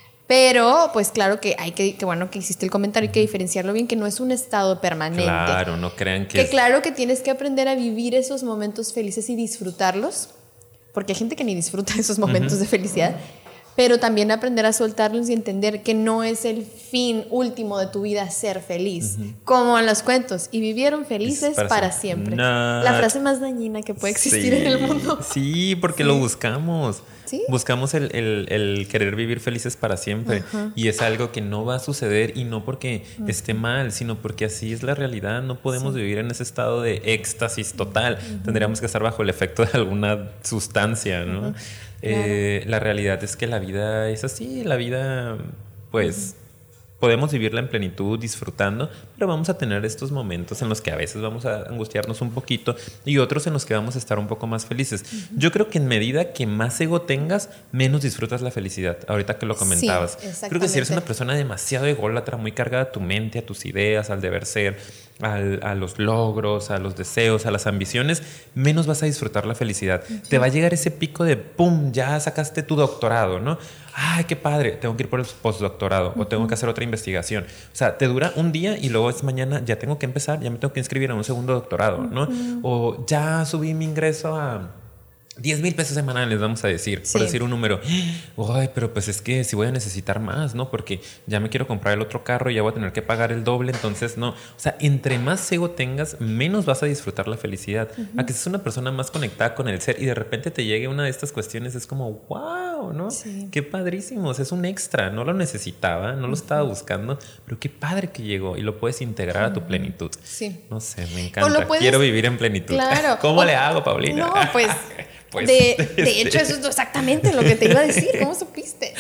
[SPEAKER 1] Pero, pues claro que hay que bueno que hiciste el comentario, hay que diferenciarlo bien, que no es un estado permanente.
[SPEAKER 2] Claro, no crean que
[SPEAKER 1] claro que tienes que aprender a vivir esos momentos felices y disfrutarlos, porque hay gente que ni disfruta esos momentos de felicidad, pero también aprender a soltarlos y entender que no es el fin último de tu vida ser feliz, como en los cuentos, y vivieron felices para siempre.
[SPEAKER 2] No.
[SPEAKER 1] La frase más dañina que puede existir en el mundo.
[SPEAKER 2] Sí, porque lo buscamos.
[SPEAKER 1] ¿Sí?
[SPEAKER 2] Buscamos el querer vivir felices para siempre. Y es algo que no va a suceder, y no porque esté mal, sino porque así es la realidad. No podemos vivir en ese estado de éxtasis total. Tendríamos que estar bajo el efecto de alguna sustancia, ¿no? Claro. La realidad es que la vida es así. La vida, pues, podemos vivirla en plenitud, disfrutando, pero vamos a tener estos momentos en los que a veces vamos a angustiarnos un poquito y otros en los que vamos a estar un poco más felices. Yo creo que en medida que más ego tengas, menos disfrutas la felicidad. Ahorita que lo comentabas. Sí, creo que si eres una persona demasiado ególatra, muy cargada a tu mente, a tus ideas, al deber ser, a los logros, a los deseos, a las ambiciones, menos vas a disfrutar la felicidad. Te va a llegar ese pico de ¡pum! Ya sacaste tu doctorado, ¿no? ¡Ay, qué padre! Tengo que ir por el postdoctorado o tengo que hacer otra investigación. O sea, te dura un día y luego es mañana, ya tengo que empezar, ya me tengo que inscribir a un segundo doctorado, ¿no? O ya subí mi ingreso a 10,000 pesos semanales, vamos a decir, por decir un número. Ay, pero pues es que si voy a necesitar más, ¿no? Porque ya me quiero comprar el otro carro y ya voy a tener que pagar el doble, entonces no. O sea, entre más ego tengas, menos vas a disfrutar la felicidad. A que seas una persona más conectada con el ser y de repente te llegue una de estas cuestiones, es como, wow, ¿no? Sí. Qué padrísimo, es un extra, no lo necesitaba, no lo estaba buscando, pero qué padre que llegó y lo puedes integrar a tu plenitud. Sí. No sé, me encanta. Quiero vivir en plenitud. Claro. ¿Cómo le hago, Paulina?
[SPEAKER 1] No, pues... Pues, de hecho, eso es exactamente lo que te iba a decir. ¿Cómo supiste?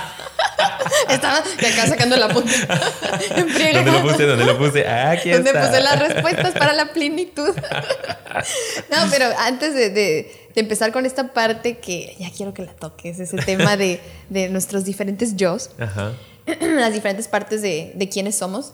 [SPEAKER 1] Estaba acá sacando la punta.
[SPEAKER 2] ¿Dónde lo puse? Aquí
[SPEAKER 1] está. Donde puse las respuestas para la plenitud. No, pero antes de empezar con esta parte que ya quiero que la toques, ese tema de nuestros diferentes yos, las diferentes partes de quiénes somos.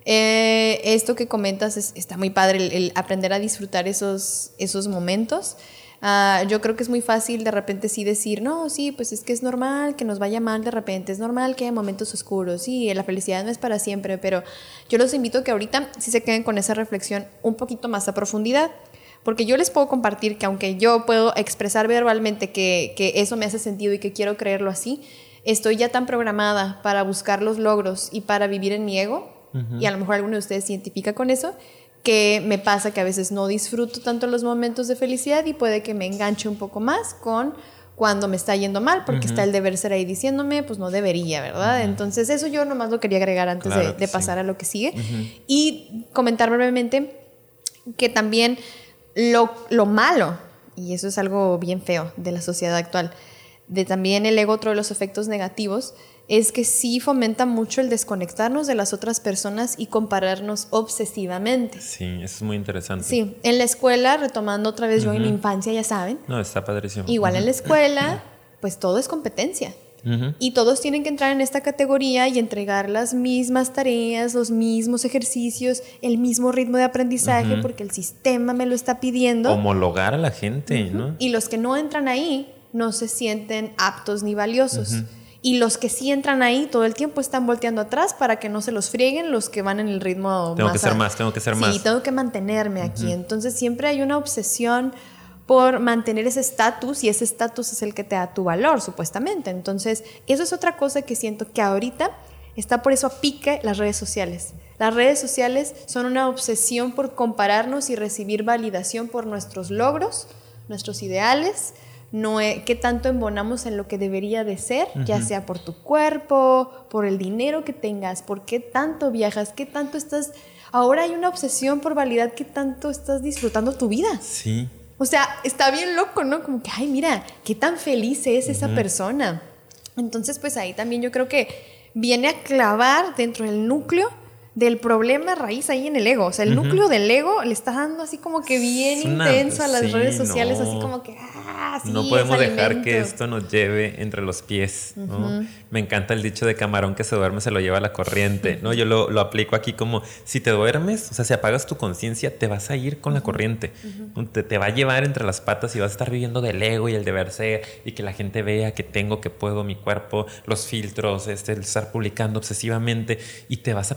[SPEAKER 1] Esto que comentas está muy padre, el aprender a disfrutar esos momentos. Yo creo que es muy fácil de repente sí decir, no, sí, pues es que es normal que nos vaya mal de repente, es normal que haya momentos oscuros, sí, la felicidad no es para siempre, pero yo los invito a que ahorita sí se queden con esa reflexión un poquito más a profundidad, porque yo les puedo compartir que aunque yo puedo expresar verbalmente que eso me hace sentido y que quiero creerlo así, estoy ya tan programada para buscar los logros y para vivir en mi ego, y a lo mejor alguno de ustedes se identifica con eso, que me pasa que a veces no disfruto tanto los momentos de felicidad y puede que me enganche un poco más con cuando me está yendo mal, porque está el deber ser ahí diciéndome, pues no debería, ¿verdad? Entonces eso yo nomás lo quería agregar antes de pasar a lo que sigue. Y comentar brevemente que también lo malo, y eso es algo bien feo de la sociedad actual, de también el ego, otro de los efectos negativos, es que sí fomenta mucho el desconectarnos de las otras personas y compararnos obsesivamente.
[SPEAKER 2] Sí, eso es muy interesante.
[SPEAKER 1] Sí, en la escuela, retomando otra vez yo en mi infancia, ya saben.
[SPEAKER 2] No, está padrísimo.
[SPEAKER 1] Igual en la escuela, pues todo es competencia. Y todos tienen que entrar en esta categoría y entregar las mismas tareas, los mismos ejercicios, el mismo ritmo de aprendizaje, porque el sistema me lo está pidiendo.
[SPEAKER 2] Homologar a la gente, ¿no?
[SPEAKER 1] Y los que no entran ahí no se sienten aptos ni valiosos. Y los que sí entran ahí todo el tiempo están volteando atrás para que no se los frieguen los que van en el ritmo
[SPEAKER 2] tengo que ser más.
[SPEAKER 1] Sí, tengo que mantenerme aquí. Entonces siempre hay una obsesión por mantener ese estatus, y ese estatus es el que te da tu valor, supuestamente. Entonces eso es otra cosa que siento que ahorita está por eso a pique las redes sociales. Las redes sociales son una obsesión por compararnos y recibir validación por nuestros logros, nuestros ideales, qué tanto embonamos en lo que debería de ser, ya sea por tu cuerpo, por el dinero que tengas, por qué tanto viajas, qué tanto estás... Ahora hay una obsesión por validar qué tanto estás disfrutando tu vida.
[SPEAKER 2] Sí.
[SPEAKER 1] O sea, está bien loco, ¿no? Como que, ay, mira, qué tan feliz es esa persona. Entonces, pues ahí también yo creo que viene a clavar dentro del núcleo del problema raíz ahí en el ego. O sea, el núcleo del ego le está dando así como que bien intenso a las redes sociales, así como que, sí,
[SPEAKER 2] no podemos dejar que esto nos lleve entre los pies, ¿no? Me encanta el dicho de camarón que se duerme se lo lleva la corriente, ¿no? Yo lo aplico aquí como, si te duermes, o sea, si apagas tu conciencia, te vas a ir con la corriente. Te va a llevar entre las patas y vas a estar viviendo del ego y el deber ser, y que la gente vea que tengo, que puedo, mi cuerpo, los filtros, el estar publicando obsesivamente, y te vas a perder, te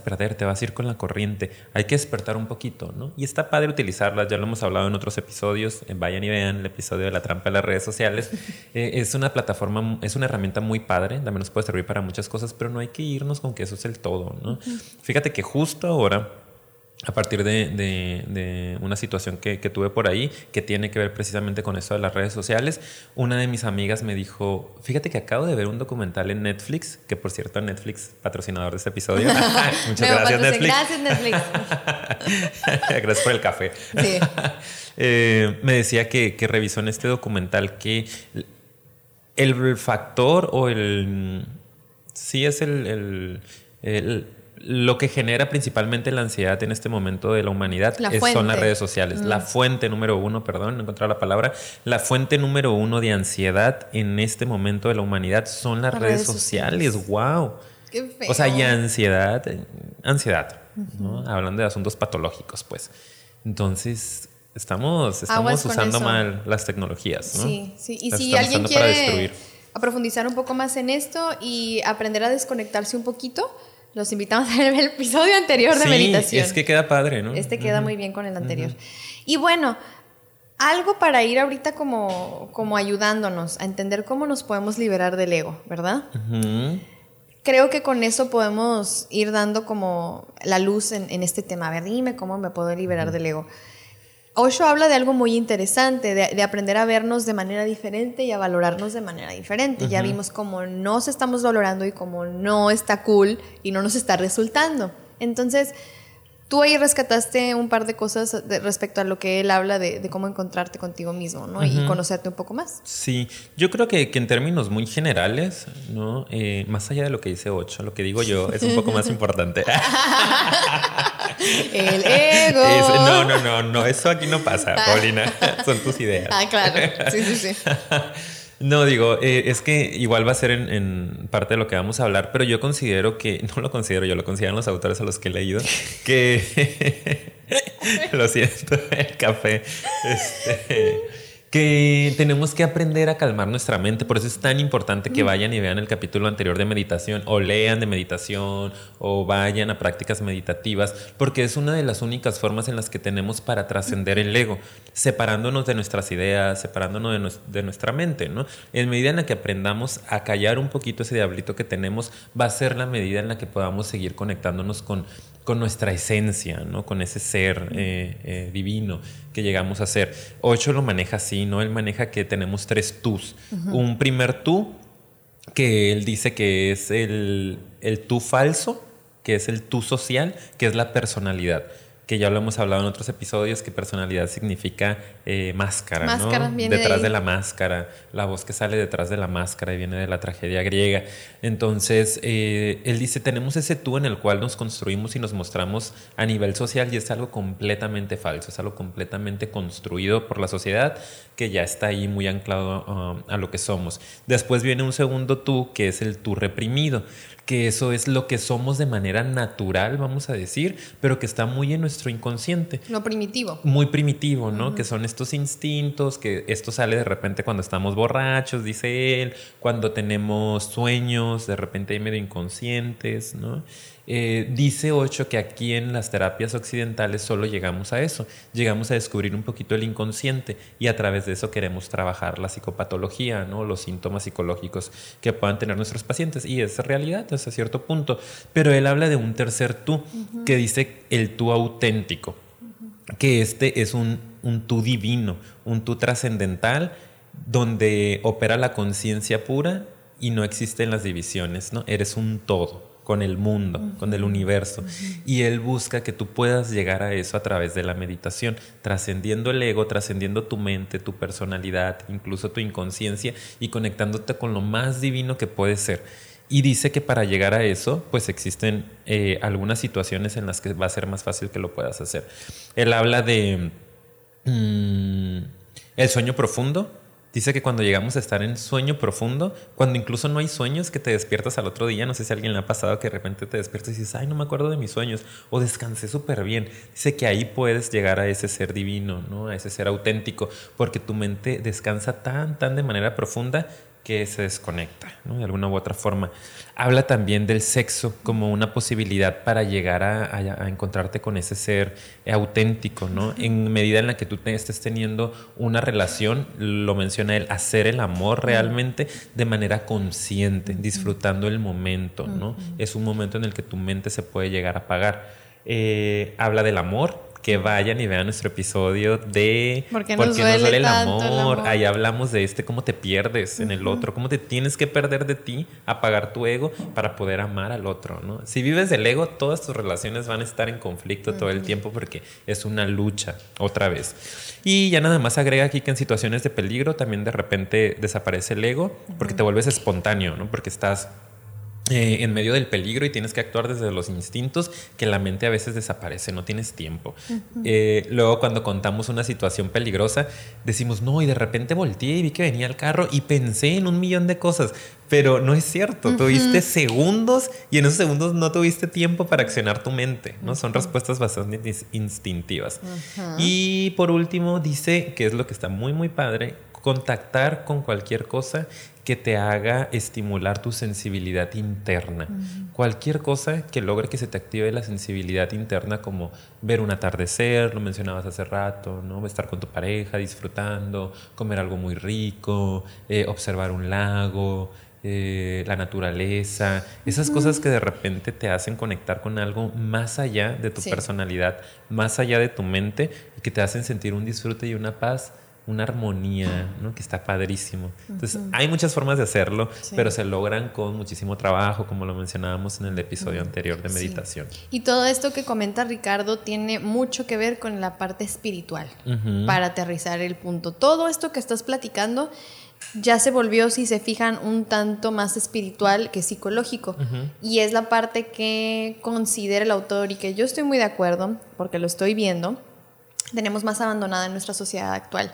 [SPEAKER 2] vas a ir con la corriente. Hay que despertar un poquito, ¿no? Y está padre utilizarlas, ya lo hemos hablado en otros episodios. Vayan y vean el episodio de la trampa de las redes sociales. Es una plataforma, es una herramienta muy padre. También nos puede servir para muchas cosas, pero no hay que irnos con que eso es el todo, ¿no? Fíjate que justo ahora, a partir de una situación que tuve por ahí, que tiene que ver precisamente con eso de las redes sociales, una de mis amigas me dijo, fíjate que acabo de ver un documental en Netflix, que por cierto Netflix, patrocinador de este episodio. Muchas gracias Netflix.
[SPEAKER 1] Gracias Netflix.
[SPEAKER 2] Gracias por el café.
[SPEAKER 1] Sí.
[SPEAKER 2] Me decía que revisó en este documental que el factor o el... Sí, es lo que genera principalmente la ansiedad en este momento de la humanidad son las redes sociales. La fuente número uno, perdón, no encontré la palabra. La fuente número uno de ansiedad en este momento de la humanidad son las redes sociales. ¡Wow!
[SPEAKER 1] Qué feo.
[SPEAKER 2] O sea, y ansiedad, ¿no? Hablando de asuntos patológicos, pues. Entonces, estamos usando mal las tecnologías, ¿no?
[SPEAKER 1] Sí, sí. Y
[SPEAKER 2] las
[SPEAKER 1] si alguien
[SPEAKER 2] para
[SPEAKER 1] quiere
[SPEAKER 2] destruir.
[SPEAKER 1] profundizar un poco más en esto y aprender a desconectarse un poquito, los invitamos a ver el episodio anterior de meditación.
[SPEAKER 2] Es que queda padre, ¿no?
[SPEAKER 1] Queda muy bien con el anterior. Y bueno, algo para ir ahorita como ayudándonos a entender cómo nos podemos liberar del ego, ¿verdad? Creo que con eso podemos ir dando como la luz en este tema. A ver, dime cómo me puedo liberar del ego. Osho habla de algo muy interesante, de aprender a vernos de manera diferente y a valorarnos de manera diferente. Ya vimos cómo nos estamos valorando y cómo no está cool y no nos está resultando. Entonces, tú ahí rescataste un par de cosas respecto a lo que él habla de cómo encontrarte contigo mismo, ¿no? Y conocerte un poco más.
[SPEAKER 2] Sí, yo creo que en términos muy generales, ¿no? Más allá de lo que dice Osho, lo que digo yo es un poco más importante.
[SPEAKER 1] El ego.
[SPEAKER 2] No, eso aquí no pasa, Paulina. Son tus ideas.
[SPEAKER 1] Claro. Sí.
[SPEAKER 2] No, digo, es que igual va a ser en parte de lo que vamos a hablar, pero yo considero que, no lo considero yo, lo consideran los autores a los que he leído, que, lo siento, el café, que tenemos que aprender a calmar nuestra mente. Por eso es tan importante que vayan y vean el capítulo anterior de meditación, o lean de meditación, o vayan a prácticas meditativas, porque es una de las únicas formas en las que tenemos para trascender el ego, separándonos de nuestras ideas, separándonos de nuestra mente, ¿no? En medida en la que aprendamos a callar un poquito ese diablito que tenemos, va a ser la medida en la que podamos seguir conectándonos con nuestra esencia, ¿no? Con ese ser divino que llegamos a ser. Osho lo maneja así, ¿no? Él maneja que tenemos 3 tus. Un primer tú, que él dice que es el tú falso, que es el tú social, que es la personalidad. Que ya lo hemos hablado en otros episodios, que personalidad significa máscara, ¿no? Detrás de la máscara, la voz que sale detrás de la máscara y viene de la tragedia griega. Entonces, él dice, tenemos ese tú en el cual nos construimos y nos mostramos a nivel social, y es algo completamente falso, es algo completamente construido por la sociedad que ya está ahí muy anclado a lo que somos. Después viene un segundo tú, que es el tú reprimido, que eso es lo que somos de manera natural, vamos a decir, pero que está muy en nuestro inconsciente.
[SPEAKER 1] Lo primitivo.
[SPEAKER 2] Muy primitivo, ¿no? Que son estos instintos, que esto sale de repente cuando estamos borrachos, dice él, cuando tenemos sueños, de repente medio inconscientes, ¿no? Dice Osho que aquí en las terapias occidentales solo llegamos a eso, llegamos a descubrir un poquito el inconsciente, y a través de eso queremos trabajar la psicopatología, ¿no? Los síntomas psicológicos que puedan tener nuestros pacientes, y es realidad hasta cierto punto. Pero él habla de un tercer tú, que dice el tú auténtico, que es un tú divino, un tú trascendental, donde opera la conciencia pura y no existen las divisiones, ¿no? Eres un todo con el mundo, con el universo. Y él busca que tú puedas llegar a eso a través de la meditación, trascendiendo el ego, trascendiendo tu mente, tu personalidad, incluso tu inconsciencia, y conectándote con lo más divino que puedes ser. Y dice que para llegar a eso, pues existen algunas situaciones en las que va a ser más fácil que lo puedas hacer. Él habla de el sueño profundo. Dice que cuando llegamos a estar en sueño profundo, cuando incluso no hay sueños, que te despiertas al otro día, no sé si a alguien le ha pasado que de repente te despiertas y dices, ay, no me acuerdo de mis sueños, o descansé súper bien. Dice que ahí puedes llegar a ese ser divino, ¿no? A ese ser auténtico, porque tu mente descansa tan de manera profunda que se desconecta, ¿no? De alguna u otra forma. Habla también del sexo como una posibilidad para llegar a encontrarte con ese ser auténtico, ¿no? En medida en la que tú estés teniendo una relación, lo menciona él, hacer el amor realmente de manera consciente, disfrutando el momento, ¿no? Es un momento en el que tu mente se puede llegar a apagar. Habla del amor. Que vayan y vean nuestro episodio de
[SPEAKER 1] ¿Por qué nos duele
[SPEAKER 2] el
[SPEAKER 1] tanto el
[SPEAKER 2] amor?
[SPEAKER 1] amor?
[SPEAKER 2] Ahí hablamos de cómo te pierdes en el otro, cómo te tienes que perder de ti, apagar tu ego para poder amar al otro, ¿no? Si vives del ego, todas tus relaciones van a estar en conflicto todo el tiempo porque es una lucha, otra vez. Y ya nada más agrega aquí que en situaciones de peligro también de repente desaparece el ego porque te vuelves espontáneo, ¿no? Porque estás en medio del peligro y tienes que actuar desde los instintos que la mente a veces desaparece, no tienes tiempo. Luego cuando contamos una situación peligrosa decimos no, y de repente volteé y vi que venía el carro y pensé en 1,000,000 de cosas, pero no es cierto. Tuviste segundos y en esos segundos no tuviste tiempo para accionar tu mente, ¿no? Son respuestas bastante instintivas. Y por último dice que es lo que está muy muy padre, contactar con cualquier cosa que te haga estimular tu sensibilidad interna. Cualquier cosa que logre que se te active la sensibilidad interna, como ver un atardecer, lo mencionabas hace rato, ¿no? Estar con tu pareja disfrutando, comer algo muy rico, observar un lago, la naturaleza, esas cosas que de repente te hacen conectar con algo más allá de tu personalidad, más allá de tu mente, y que te hacen sentir un disfrute y una paz, una armonía, ¿no? Que está padrísimo. Entonces, hay muchas formas de hacerlo, pero se logran con muchísimo trabajo, como lo mencionábamos en el episodio anterior de meditación.
[SPEAKER 1] Y todo esto que comenta Ricardo tiene mucho que ver con la parte espiritual, para aterrizar el punto. Todo esto que estás platicando ya se volvió, si se fijan, un tanto más espiritual que psicológico. Y es la parte que considera el autor y que yo estoy muy de acuerdo, porque lo estoy viendo, tenemos más abandonada en nuestra sociedad actual.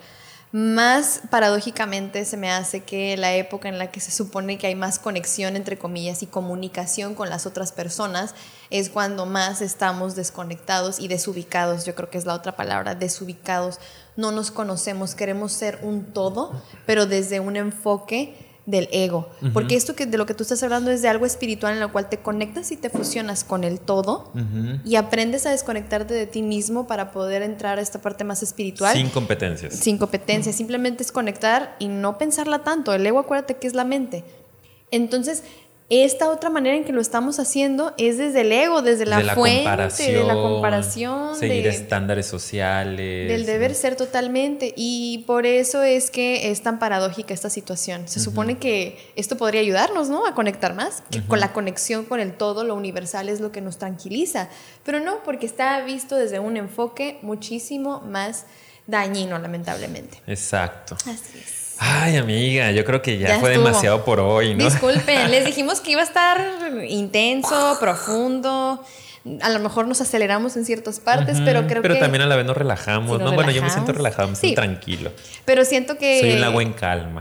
[SPEAKER 1] Más paradójicamente se me hace que la época en la que se supone que hay más conexión, entre comillas, y comunicación con las otras personas es cuando más estamos desconectados y desubicados. Yo creo que es la otra palabra, desubicados. No nos conocemos, queremos ser un todo, pero desde un enfoque del ego, porque esto de lo que tú estás hablando es de algo espiritual en lo cual te conectas y te fusionas con el todo y aprendes a desconectarte de ti mismo para poder entrar a esta parte más espiritual.
[SPEAKER 2] Sin competencias.
[SPEAKER 1] Sin competencias, simplemente es conectar y no pensarla tanto. El ego, acuérdate que es la mente. Entonces, esta otra manera en que lo estamos haciendo es desde el ego, desde la fuente, de la comparación,
[SPEAKER 2] seguir estándares sociales,
[SPEAKER 1] del deber ser totalmente. Y por eso es que es tan paradójica esta situación. Se supone que esto podría ayudarnos, ¿no? A conectar más, que con la conexión con el todo, lo universal es lo que nos tranquiliza. Pero no, porque está visto desde un enfoque muchísimo más dañino, lamentablemente.
[SPEAKER 2] Exacto.
[SPEAKER 1] Así es.
[SPEAKER 2] Ay, amiga, yo creo que ya fue demasiado por hoy, ¿no?
[SPEAKER 1] Disculpen, les dijimos que iba a estar intenso, profundo. A lo mejor nos aceleramos en ciertas partes, pero creo que...
[SPEAKER 2] Pero también a la vez nos relajamos, ¿no? Bueno, yo me siento relajado, me siento tranquilo.
[SPEAKER 1] Pero siento que...
[SPEAKER 2] Soy un lago en calma.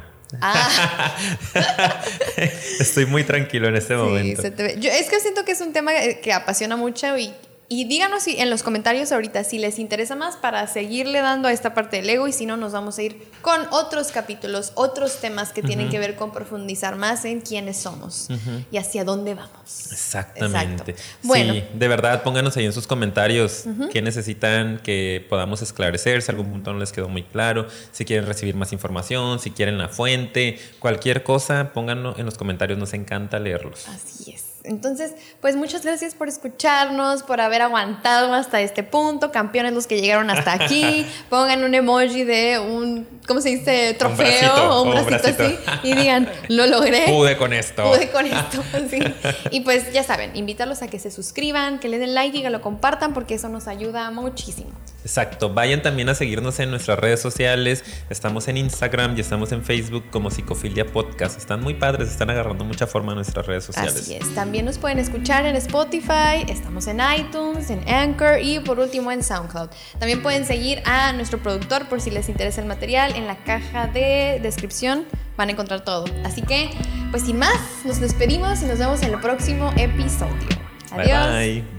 [SPEAKER 2] Estoy muy tranquilo en este momento.
[SPEAKER 1] Se te ve. Es que siento que es un tema que apasiona mucho y díganos en los comentarios ahorita si les interesa más para seguirle dando a esta parte del ego, y si no, nos vamos a ir con otros capítulos, otros temas que tienen que ver con profundizar más en quiénes somos y hacia dónde vamos.
[SPEAKER 2] Exactamente.
[SPEAKER 1] Bueno.
[SPEAKER 2] Sí, de verdad, pónganos ahí en sus comentarios qué necesitan que podamos esclarecer, si algún punto no les quedó muy claro, si quieren recibir más información, si quieren la fuente, cualquier cosa, pónganlo en los comentarios, nos encanta leerlos.
[SPEAKER 1] Así es. Entonces, pues muchas gracias por escucharnos, por haber aguantado hasta este punto. Campeones los que llegaron hasta aquí. Pongan un emoji de un, ¿cómo se dice? Trofeo o un bracito así. Y digan, lo logré.
[SPEAKER 2] Pude con esto.
[SPEAKER 1] Sí. Y pues ya saben, invítalos a que se suscriban, que le den like y que lo compartan, porque eso nos ayuda muchísimo.
[SPEAKER 2] Exacto. Vayan también a seguirnos en nuestras redes sociales. Estamos en Instagram y estamos en Facebook como Psicofilia Podcast. Están muy padres, están agarrando mucha forma en nuestras redes sociales.
[SPEAKER 1] Así es. También nos pueden escuchar en Spotify, estamos en iTunes, en Anchor y por último en SoundCloud. También pueden seguir a nuestro productor por si les interesa el material. En la caja de descripción van a encontrar todo. Así que, pues sin más, nos despedimos y nos vemos en el próximo episodio. Adiós.
[SPEAKER 2] Bye, bye.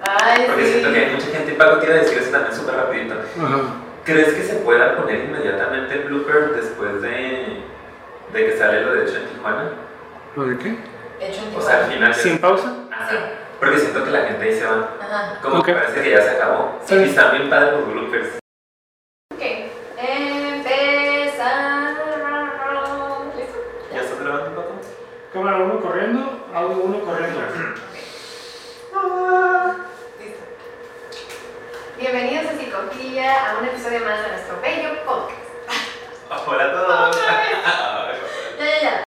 [SPEAKER 1] Ay,
[SPEAKER 2] Porque
[SPEAKER 1] sí.
[SPEAKER 2] siento que hay mucha gente, y Paco te iba a decir eso también súper rapidito.
[SPEAKER 3] Ajá.
[SPEAKER 2] ¿Crees que se pueda poner inmediatamente el blooper después de que sale lo de Hecho en Tijuana?
[SPEAKER 3] ¿Lo de qué?
[SPEAKER 1] Hecho en
[SPEAKER 2] O sea, al final.
[SPEAKER 3] ¿Sin pausa?
[SPEAKER 2] Ajá.
[SPEAKER 1] Sí.
[SPEAKER 2] Porque siento que la gente ahí se va.
[SPEAKER 1] Ajá.
[SPEAKER 2] Como
[SPEAKER 3] Ok.
[SPEAKER 2] que parece que ya se acabó.
[SPEAKER 3] Sí.
[SPEAKER 2] Y están bien padres los bloopers.
[SPEAKER 1] Ok. Empezar. ¿Listo?
[SPEAKER 2] ¿Ya estás grabando un poco?
[SPEAKER 3] Cámara 1 corriendo, audio 1 corriendo.
[SPEAKER 1] Listo. Bienvenidos a Psicofilia, a un episodio más de nuestro bello podcast.
[SPEAKER 2] Hola a todos.
[SPEAKER 1] Ya, ya, ya.